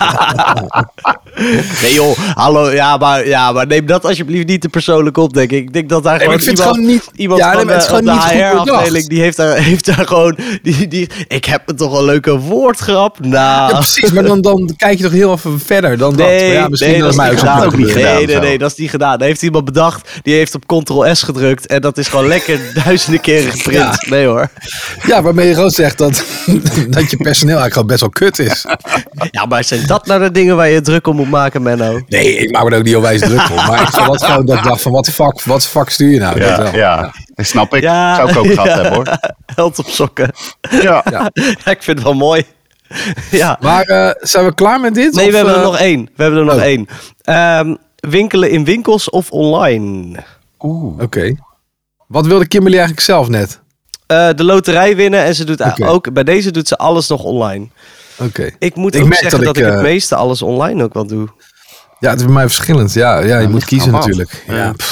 Nee joh, hallo, ja, maar neem dat alsjeblieft niet te persoonlijk op, denk ik. Ik denk dat daar Nee, maar gewoon ik vind het iemand, gewoon niet- iemand ja, nee, van maar het is gewoon de niet goed HR-afdeling, bedacht. die heeft daar gewoon, ik heb me toch een leuke woordgrap. Nou, Ja, precies, maar dan kijk je toch heel even verder dan dat. Maar ja, misschien dat is mij niet ook zo gedaan. ook niet gedaan, zo. Nee, dat is niet gedaan. Dat heeft iemand bedacht, die heeft op Ctrl-S gedrukt en dat is gewoon lekker duizenden keren geprint. Ja. Nee hoor. Ja, waarmee je gewoon zegt dat je personeel eigenlijk gewoon best wel kut is. Ja, maar zijn dat nou de dingen waar je druk om moet maken, Menno? Nee, ik maak me er ook niet onwijs druk om. Maar ik vond dat gewoon dat ik dacht van wat fuck stuur je nou? Dat wel. Ja, dat snap ik. Ja, Zou ik ook gehad ja. hebben hoor. Held op sokken. Ja. Ja, ik vind het wel mooi. Ja. Maar zijn we klaar met dit? Nee, Of, we hebben er nog één. oh. één. Winkelen in winkels of online? Oké. Wat wilde Kimberly eigenlijk zelf net? De loterij winnen en ze doet Oké. ook bij deze doet ze alles nog online. Oké. Ik moet Ik ook merk zeggen dat dat ik ik, het meeste alles online ook wel doe. Ja, het is bij mij verschillend. Ja, je moet ligt kiezen aan wat. natuurlijk. Ja. Ja.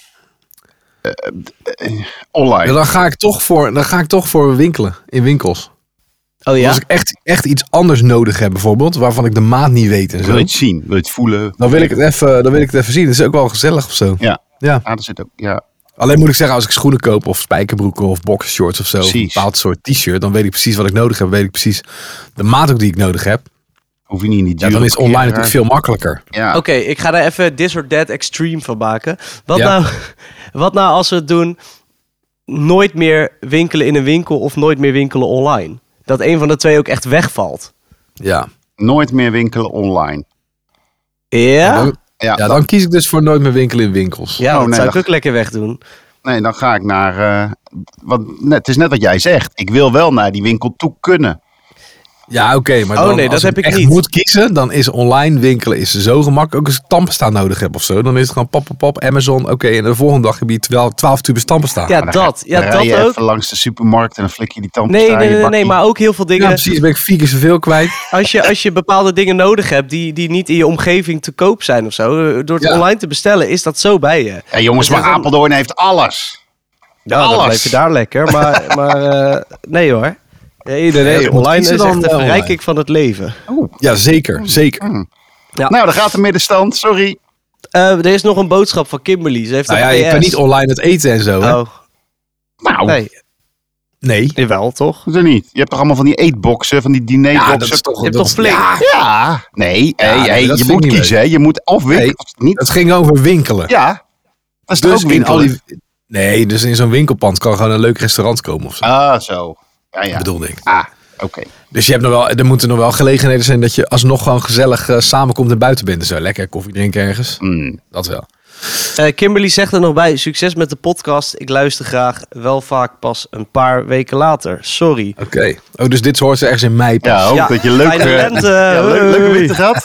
Online. Ja, dan ga ik toch voor winkelen in winkels. Oh ja? Als ik echt iets anders nodig heb bijvoorbeeld, waarvan ik de maat niet weet en Wil zo, je het zien? Wil je het voelen? dan wil ik het even zien. Het is ook wel gezellig of zo. Ja. Ja. Ah, er zit ook, ja. Alleen moet ik zeggen, als ik schoenen koop of spijkerbroeken of boxershorts of zo, of een Precies. bepaald soort t-shirt, dan weet ik precies wat ik nodig heb. Weet ik precies de maat ook die ik nodig heb. Hoef je niet in die Ja, dure dan is online parkeerruimte. natuurlijk veel makkelijker. Ja. Oké, ik ga daar even this or that extreme van maken. Ja. Wat nou als we het doen nooit meer winkelen in een winkel of nooit meer winkelen online? Dat een van de twee ook echt wegvalt. Ja. Nooit meer winkelen online. Ja? Ja, dan kies ik dus voor nooit meer winkelen in winkels. Ja, dat nee, zou ik ook lekker wegdoen. Nee, dan ga ik naar... het is net wat jij zegt. Ik wil wel naar die winkel toe kunnen. Ja, oké, maar Oh, dan, nee, dat als heb ik echt niet. moet kiezen, dan is online winkelen zo gemakkelijk. Ook als ik tandpasta nodig heb of zo, dan is het gewoon pop, Amazon. Oké, en de volgende dag heb je 12 tubes tandpasta. Ja, Dan dat. rij Ja, je dat ook. even langs de supermarkt en dan flik je die tandpasta Nee, maar ook heel veel dingen. Ja, precies. Dan ben ik 4 keer zoveel kwijt. Als je bepaalde dingen nodig hebt die niet in je omgeving te koop zijn of zo, door het online te bestellen, is dat zo bij je. Ja, jongens, maar Apeldoorn heeft alles. Ja, dan alles. blijf je daar lekker. Maar nee hoor. Nee, Ja, online kiezen is dan echt de online. verrijking van het leven. Ja, zeker. Ja. Nou, daar gaat de middenstand. Sorry. Er is nog een boodschap van Kimberly. Ze heeft Nou een ja, je PS. kan niet online het eten en zo, hè? Oh, Nou, nee. Nee. Wel, toch? dat niet. Je hebt toch allemaal van die eetboxen, van die dinerboxen? Ja, dat is toch... Je hebt dat toch is- flink? Ja, Ja, nee. nee, dat je vind ik moet niet kiezen. Hè. Je moet of winkelen of niet. het ging over winkelen. Ja, dat is toch Dus ook in al winkelen? die... Nee, dus in zo'n winkelpand kan gewoon een leuk restaurant komen of zo. Ah, zo. Ja. Bedoelde ik. Ah, oké. Dus je hebt nog wel, er moeten nog wel gelegenheden zijn dat je alsnog gewoon gezellig samenkomt en buiten bent. Dus zo lekker koffie drinken ergens. Dat wel. Kimberly zegt er nog bij, succes met de podcast. Ik luister graag, wel vaak pas een paar weken later. Sorry. Oké. Oh, dus dit hoort ze ergens in mei pas. Ja, hoop dat je leuk... fijne lente. leuke Hoi. winter gehad.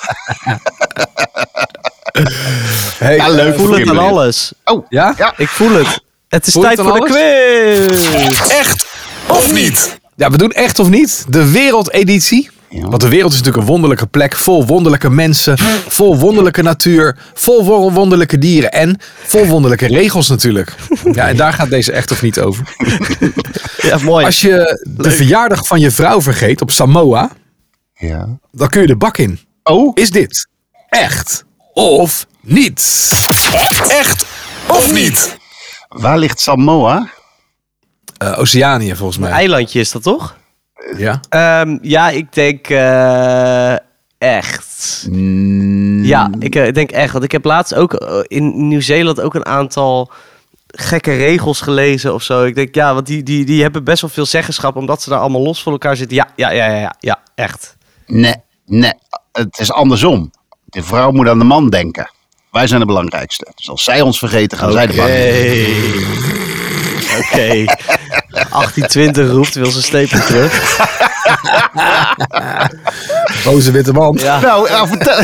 Hey, Ja, leuk. Ik voel het aan Kimberly. alles. Oh, Ja? ja. Ik voel het. Het is Voel je tijd het voor aan de quiz. Echt of niet? Ja, we doen echt of niet. De wereldeditie. Ja. Want de wereld is natuurlijk een wonderlijke plek. Vol wonderlijke mensen. Vol wonderlijke natuur. Vol wonderlijke dieren. En vol wonderlijke regels natuurlijk. Ja, en daar gaat deze echt of niet over. Ja, mooi. Als je de verjaardag van je vrouw vergeet op Samoa, Ja. dan kun je de bak in. Oh, Is dit echt of niet? Echt of niet? waar ligt Samoa? Oceanië volgens Een mij. eilandje is dat toch? Ja. Ja, ik denk echt. Mm. Ja, ik denk echt. Want ik heb laatst ook in Nieuw-Zeeland ook een aantal gekke regels gelezen of zo. Ik denk, ja, want die hebben best wel veel zeggenschap omdat ze daar allemaal los van elkaar zitten. Ja, echt. Nee, het is andersom. De vrouw moet aan de man denken. Wij zijn de belangrijkste. Dus als zij ons vergeten, gaan zij de bak in. Oké. 1820 roept, wil zijn stapel terug. Boze witte man. Ja. Nou, vertel...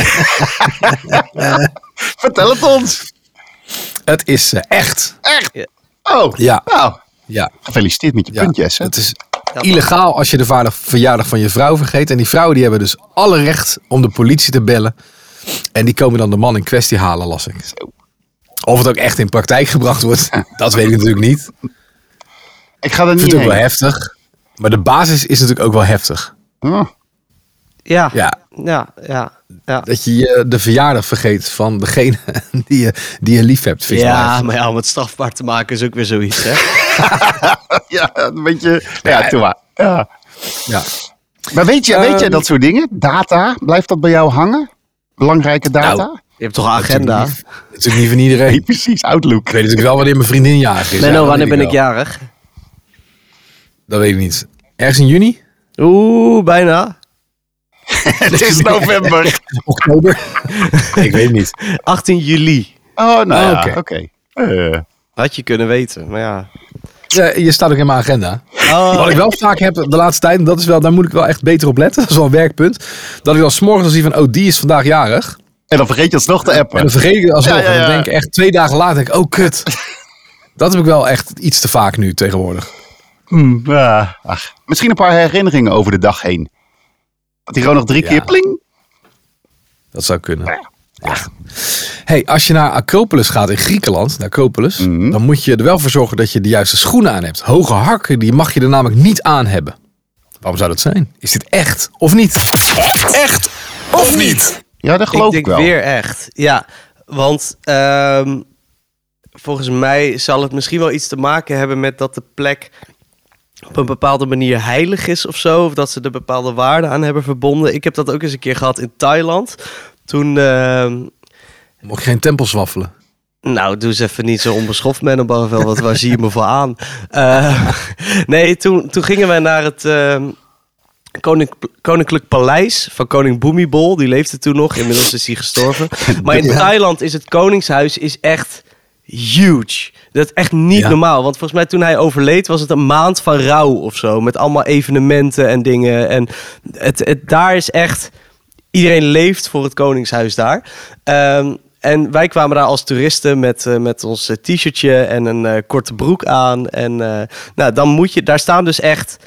vertel het ons. Het is echt. Echt? Ja. Oh, Ja. nou. Ja. Gefeliciteerd met je Ja, puntjes. Hè? het is illegaal als je de verjaardag van je vrouw vergeet. En die vrouwen die hebben dus alle recht om de politie te bellen. En die komen dan de man in kwestie halen, las ik. Of het ook echt in praktijk gebracht wordt, dat weet ik natuurlijk niet. Ik ga er Ik niet vind het ook wel heen. heftig. Maar de basis is natuurlijk ook wel heftig. Oh. Ja. Ja, dat je de verjaardag vergeet van degene die je lief hebt. Vind ik wel Ja, heftig. maar ja, om het strafbaar te maken is ook weer zoiets, hè? Ja, een beetje... Ja, doe maar. Ja. Ja. Maar weet jij dat soort dingen? Data, blijft dat bij jou hangen? Belangrijke data? Nou, Je hebt toch een agenda? Dat is natuurlijk niet van iedereen. Nee, precies. Outlook. Ik weet natuurlijk wel wanneer mijn vriendin jarig is. Menno, Ja, dat wanneer weet ben ik wel. jarig? Dat weet ik niet. Ergens in juni? Oeh, bijna. Het is november. Oktober? Ik weet het niet. 18 juli. Oh, nou ja, Oké. oké. Had je kunnen weten, maar ja. Ja, je staat ook in mijn agenda. Oh, Wat ik wel vaak heb de laatste tijd, en dat is wel, daar moet ik wel echt beter op letten. Dat is wel een werkpunt. Dat ik dan 's morgens al zie van, oh, die is vandaag jarig. En dan vergeet je alsnog te En appen. dan vergeet ik het alsnog. Ja, ja, En ja. dan denk ik echt 2 dagen later, denk ik, oh, kut. Dat heb ik wel echt iets te vaak nu tegenwoordig. Ja. Ach, misschien een paar herinneringen over de dag heen. Dat hij gewoon nog 3 Ja. keer pling. Dat zou kunnen. Ja. Hey, als je naar Acropolis gaat in Griekenland, naar Acropolis, dan moet je er wel voor zorgen dat je de juiste schoenen aan hebt. Hoge hakken, die mag je er namelijk niet aan hebben. Waarom zou dat zijn? Is dit echt of niet? Echt of niet? Ja, dat geloof ik, denk wel. weer echt. Ja, want volgens mij zal het misschien wel iets te maken hebben met dat de plek op een bepaalde manier heilig is of zo. Of dat ze er bepaalde waarden aan hebben verbonden. Ik heb dat ook eens een keer gehad in Thailand. Toen, Mocht je geen tempels waffelen? nou, doe eens even niet zo onbeschoft, Menno Barreveld, want waar zie je me voor aan? Nee, toen gingen wij naar koninklijk paleis van koning Bhumibol. Die leefde toen nog, inmiddels is hij gestorven. Maar in Thailand is het koningshuis is echt huge. Dat is echt niet normaal. Want volgens mij toen hij overleed was het een maand van rouw of zo. Met allemaal evenementen en dingen. En daar is echt... Iedereen leeft voor het koningshuis daar. En wij kwamen daar als toeristen met ons t-shirtje en een korte broek aan. En dan moet je... Daar staan dus echt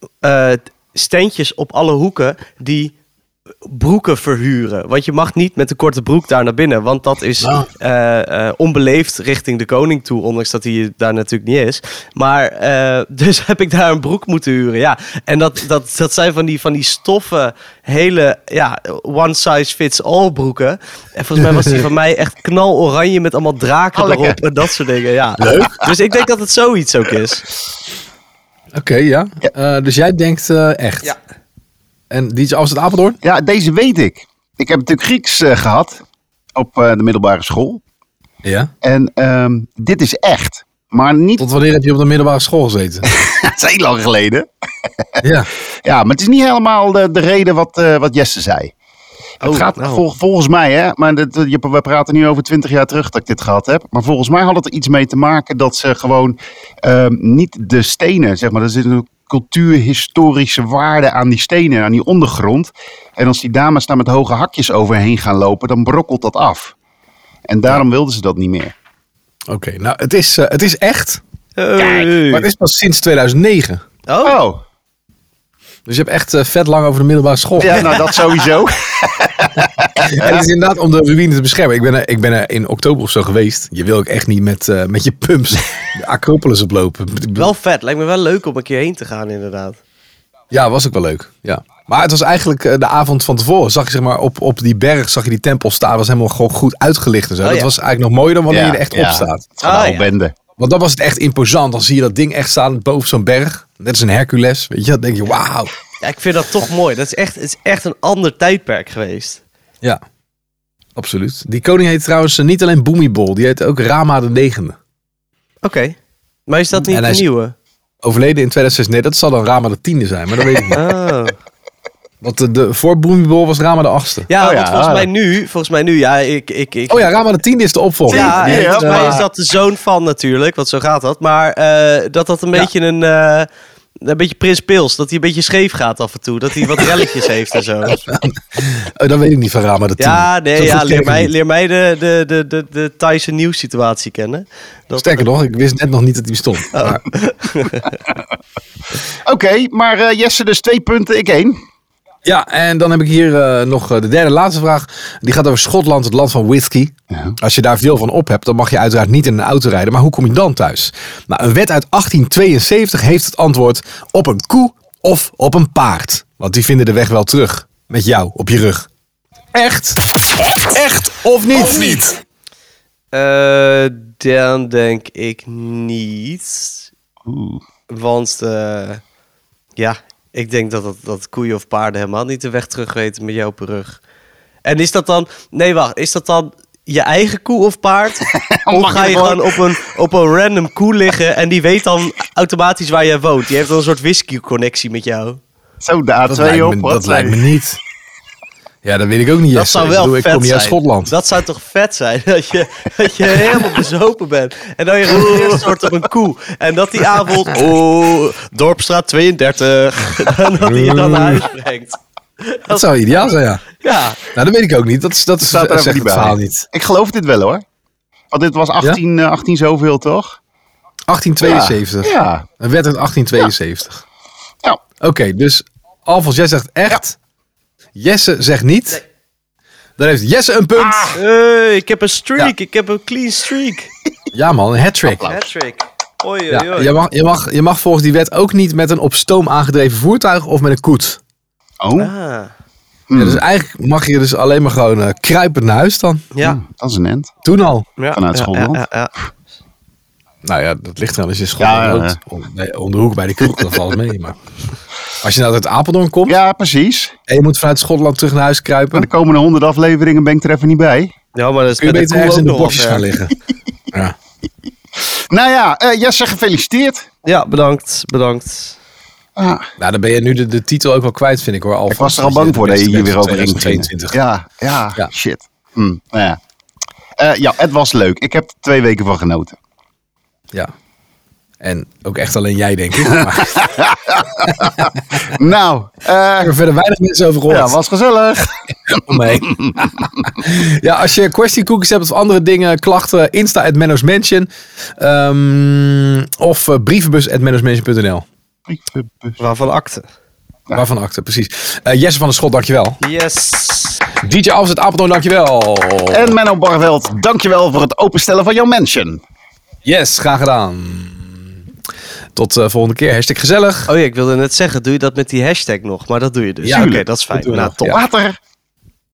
standjes op alle hoeken die broeken verhuren. Want je mag niet met de korte broek daar naar binnen. Want dat is onbeleefd richting de koning toe. Ondanks dat hij daar natuurlijk niet is. Maar dus heb ik daar een broek moeten huren. Ja. En dat zijn van die stoffen hele one size fits all broeken. En volgens mij was die van mij echt knaloranje met allemaal draken erop. Lekker. En dat soort dingen. Ja. Leuk. Dus ik denk dat het zoiets ook is. Oké, ja. Dus jij denkt echt. Ja. En die is het Apeldoorn? Ja, deze weet ik. Ik heb natuurlijk Grieks gehad op de middelbare school. Ja. En dit is echt. Maar niet... Tot wanneer heb je op de middelbare school gezeten? Dat is heel lang geleden. Ja. Ja, maar het is niet helemaal de reden wat Jesse zei. Het gaat volgens mij, hè, maar we praten nu over 20 jaar terug dat ik dit gehad heb. Maar volgens mij had het er iets mee te maken dat ze gewoon niet de stenen, zeg maar, er zit een cultuurhistorische waarde aan die stenen, aan die ondergrond. En als die dames daar met hoge hakjes overheen gaan lopen, dan brokkelt dat af. En daarom wilden ze dat niet meer. Oké, nou het is echt. Kijk, maar het is pas sinds 2009. Oh. Dus je hebt echt vet lang over de middelbare school. Ja, nou dat sowieso. En het is inderdaad om de ruïne te beschermen. Ik ben er in oktober of zo geweest. Je wil ook echt niet met je pumps de Acropolis oplopen. Wel vet. Lijkt me wel leuk om een keer heen te gaan inderdaad. Ja, was ook wel leuk. Ja. Maar het was eigenlijk de avond van tevoren. Zag je zeg maar op die berg, zag je die tempel staan. Was helemaal gewoon goed uitgelicht en zo. Dat was eigenlijk nog mooier dan wanneer je er echt op staat. Bende. Want dan was het echt imposant. Dan zie je dat ding echt staan boven zo'n berg. Net als een Hercules. Weet je, dan denk je wauw. Ja, ik vind dat toch mooi. Het is echt een ander tijdperk geweest. Ja, absoluut. Die koning heet trouwens niet alleen Bhumibol. Die heet ook Rama de 9e. Oké. Maar is dat niet de nieuwe? Overleden in 2006. Nee, dat zal dan Rama de 10e zijn. Maar dat weet ik niet. Oh. Want voor Bhumibol was Rama de 8e. Ja, want volgens mij nu, ja, ik... Oh ja, Rama de 10e is de opvolger. Ja, volgens mij is dat de zoon van natuurlijk, want zo gaat dat. Maar dat een beetje een beetje Prins Pils, dat hij een beetje scheef gaat af en toe. Dat hij wat relletjes heeft en zo. Dat weet ik niet van Rama de 10e. Ja, leer mij de Thaise nieuwssituatie kennen. Sterker nog, ik wist net nog niet dat hij bestond. Oh. Oké, maar Jesse dus 2 punten, ik 1. Ja, en dan heb ik hier nog de derde laatste vraag. Die gaat over Schotland, het land van whisky. Ja. Als je daar veel van op hebt, dan mag je uiteraard niet in een auto rijden. Maar hoe kom je dan thuis? Nou, een wet uit 1872 heeft het antwoord op een koe of op een paard. Want die vinden de weg wel terug. Met jou op je rug. Echt? Echt of niet? Of niet? Dan denk ik niet. Want ik denk dat koeien of paarden helemaal niet de weg terug weten met jou op de rug. En is dat dan... Nee, wacht. Is dat dan je eigen koe of paard? Of ga je gewoon op een random koe liggen en die weet dan automatisch waar jij woont? Die heeft dan een soort whisky-connectie met jou. Zo, de A2 op. Dat lijkt me niet. Ja, dat weet ik ook niet. Dat zou wel vet zijn. Ik kom niet uit Schotland. Dat zou toch vet zijn? Dat je helemaal bezopen bent. En dan je een soort op een koe. En dat die avond... Dorpstraat 32. En dat hij je dan naar huis brengt. Dat zou ideaal zijn, ja. Ja. Nou, dat weet ik ook niet. Dat zegt het verhaal niet. Ik geloof dit wel, hoor. Want dit was 18 zoveel, toch? 1872. Ja. Een wet uit 1872. Ja. Oké, dus Alfons, jij zegt echt... Ja. Jesse zegt niet. Nee. Dan heeft Jesse een punt. Ik heb een streak. Ja. Ik heb een clean streak. Ja man, een hat-trick. Oei. Je mag volgens die wet ook niet met een op stoom aangedreven voertuig of met een koets. Oh. Ja, dus eigenlijk mag je dus alleen maar gewoon kruipend naar huis dan. Ja. Dat is een end. Toen al. Ja. Vanuit Schotland. Ja. Nou ja, dat ligt er als je in Schotland woont. Om de hoek bij de kroeg, dan valt het mee. Maar als je nou uit Apeldoorn komt... Ja, precies. En je moet vanuit Schotland terug naar huis kruipen. Maar de komende 100 afleveringen ben ik er even niet bij. Ja, maar dat is kun je beter ergens in de bosjes gaan liggen. Ja. Nou ja, Jesse, gefeliciteerd. Ja, bedankt. Ah. Nou, dan ben je nu de titel ook wel kwijt, vind ik hoor. Ik was er al bang voor dat je hier weer overheen ging. Ja, shit. Nou ja. Het was leuk. Ik heb er 2 weken van genoten. Ja. En ook echt alleen jij, denk ik. Maar... Nou. Ik heb er verder weinig mensen over gehoord. Ja, was gezellig. Omheen. Ja, als je question cookies hebt of andere dingen, klachten, Insta@mennosmansion. Of brievenbus@mennosmansion.nl. Waarvan akte? Ja. Waarvan akte, precies. Jesse van der Schot, dankjewel. Yes. DJ Alves uit Apeldoorn, dankjewel. En Menno Barveld, dankjewel voor het openstellen van jouw mansion. Yes, graag gedaan. Tot volgende keer. #gezellig. Oh ja, ik wilde net zeggen, doe je dat met die hashtag nog? Maar dat doe je dus. Ja, Oké, dat is fijn. dat doen we Nou, nog, top. ja. Later.